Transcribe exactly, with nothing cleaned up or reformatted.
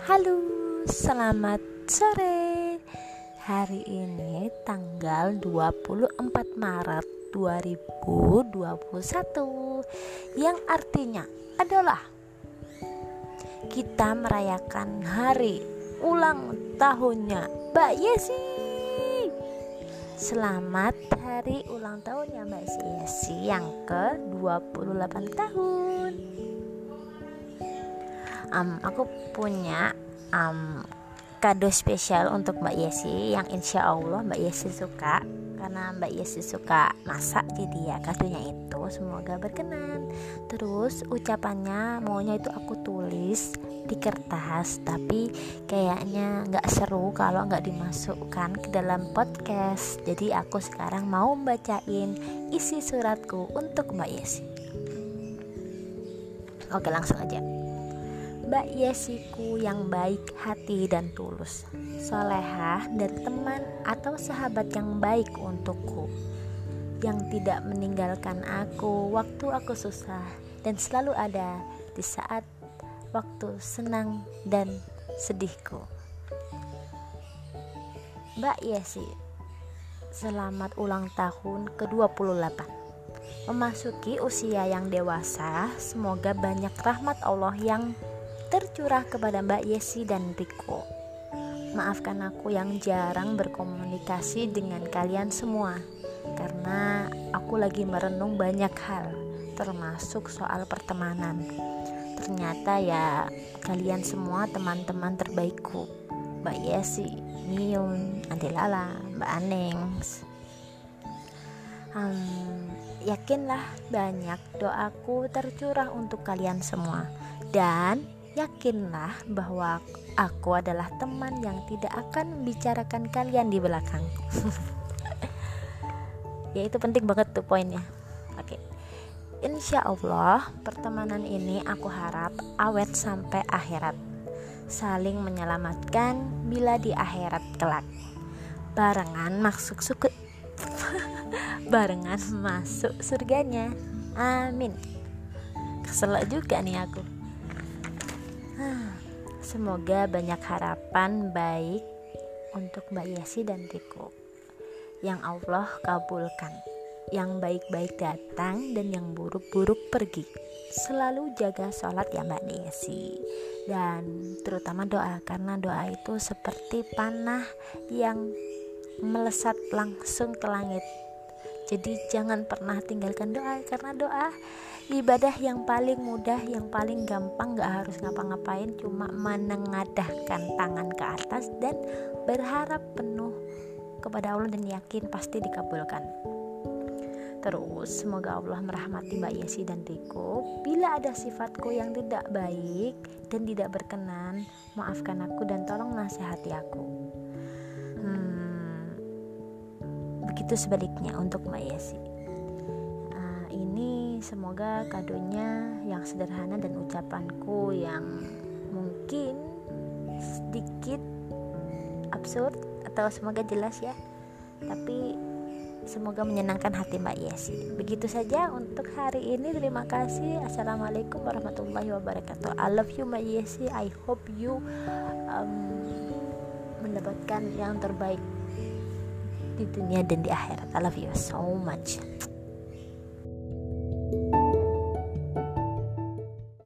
Halo, selamat sore. Hari ini tanggal dua puluh empat Maret dua ribu dua puluh satu, yang artinya adalah kita merayakan hari ulang tahunnya Mbak Yesi. Selamat hari ulang tahunnya Mbak Yesi yang ke dua puluh delapan tahun. Um, aku punya um, kado spesial untuk Mbak Yesi yang insya Allah Mbak Yesi suka, karena Mbak Yesi suka masak, jadi ya kadonya itu semoga berkenan. Terus ucapannya maunya itu aku tulis di kertas, tapi kayaknya nggak seru kalau nggak dimasukkan ke dalam podcast. Jadi aku sekarang mau bacain isi suratku untuk Mbak Yesi. Oke, langsung aja. Mbak Yesiku yang baik hati dan tulus, solehah dan teman atau sahabat yang baik untukku, yang tidak meninggalkan aku waktu aku susah dan selalu ada di saat waktu senang dan sedihku. Mbak Yesi, selamat ulang tahun ke dua puluh delapan. Memasuki usia yang dewasa, semoga banyak rahmat Allah yang tercurah kepada Mbak Yesi dan Riko. Maafkan aku yang jarang berkomunikasi dengan kalian semua, karena aku lagi merenung banyak hal, termasuk soal pertemanan. Ternyata ya kalian semua teman-teman terbaikku. Mbak Yesi, Miun, Adelala, Mbak Aneng. Hmm, yakinlah banyak doaku tercurah untuk kalian semua, dan yakinlah bahwa aku adalah teman yang tidak akan membicarakan kalian di belakang. Ya, itu penting banget tuh poinnya. Oke, insya Allah pertemanan ini aku harap awet sampai akhirat, saling menyelamatkan bila di akhirat kelak, barengan masuk suku barengan masuk surganya. Amin. Kesel juga nih aku. Semoga banyak harapan baik untuk Mbak Yesi dan Riko, yang Allah kabulkan, yang baik-baik datang dan yang buruk-buruk pergi. Selalu jaga sholat ya Mbak Yesi, dan terutama doa, karena doa itu seperti panah yang melesat langsung ke langit. Jadi jangan pernah tinggalkan doa, karena doa ibadah yang paling mudah, yang paling gampang, gak harus ngapa-ngapain, cuma menengadahkan tangan ke atas dan berharap penuh kepada Allah dan yakin pasti dikabulkan. Terus semoga Allah merahmati Mbak Yesi dan Riko. Bila ada sifatku yang tidak baik dan tidak berkenan, maafkan aku dan tolong nasihati aku. hmm, Begitu sebaliknya untuk Mbak Yesi. Ini semoga kadonya yang sederhana dan ucapanku yang mungkin sedikit absurd, atau semoga jelas ya, tapi semoga menyenangkan hati Mbak Yesi. Begitu saja untuk hari ini. Terima kasih. Assalamualaikum warahmatullahi wabarakatuh. I love you Mbak Yesi. I hope you um, mendapatkan yang terbaik di dunia dan di akhirat. I love you so much.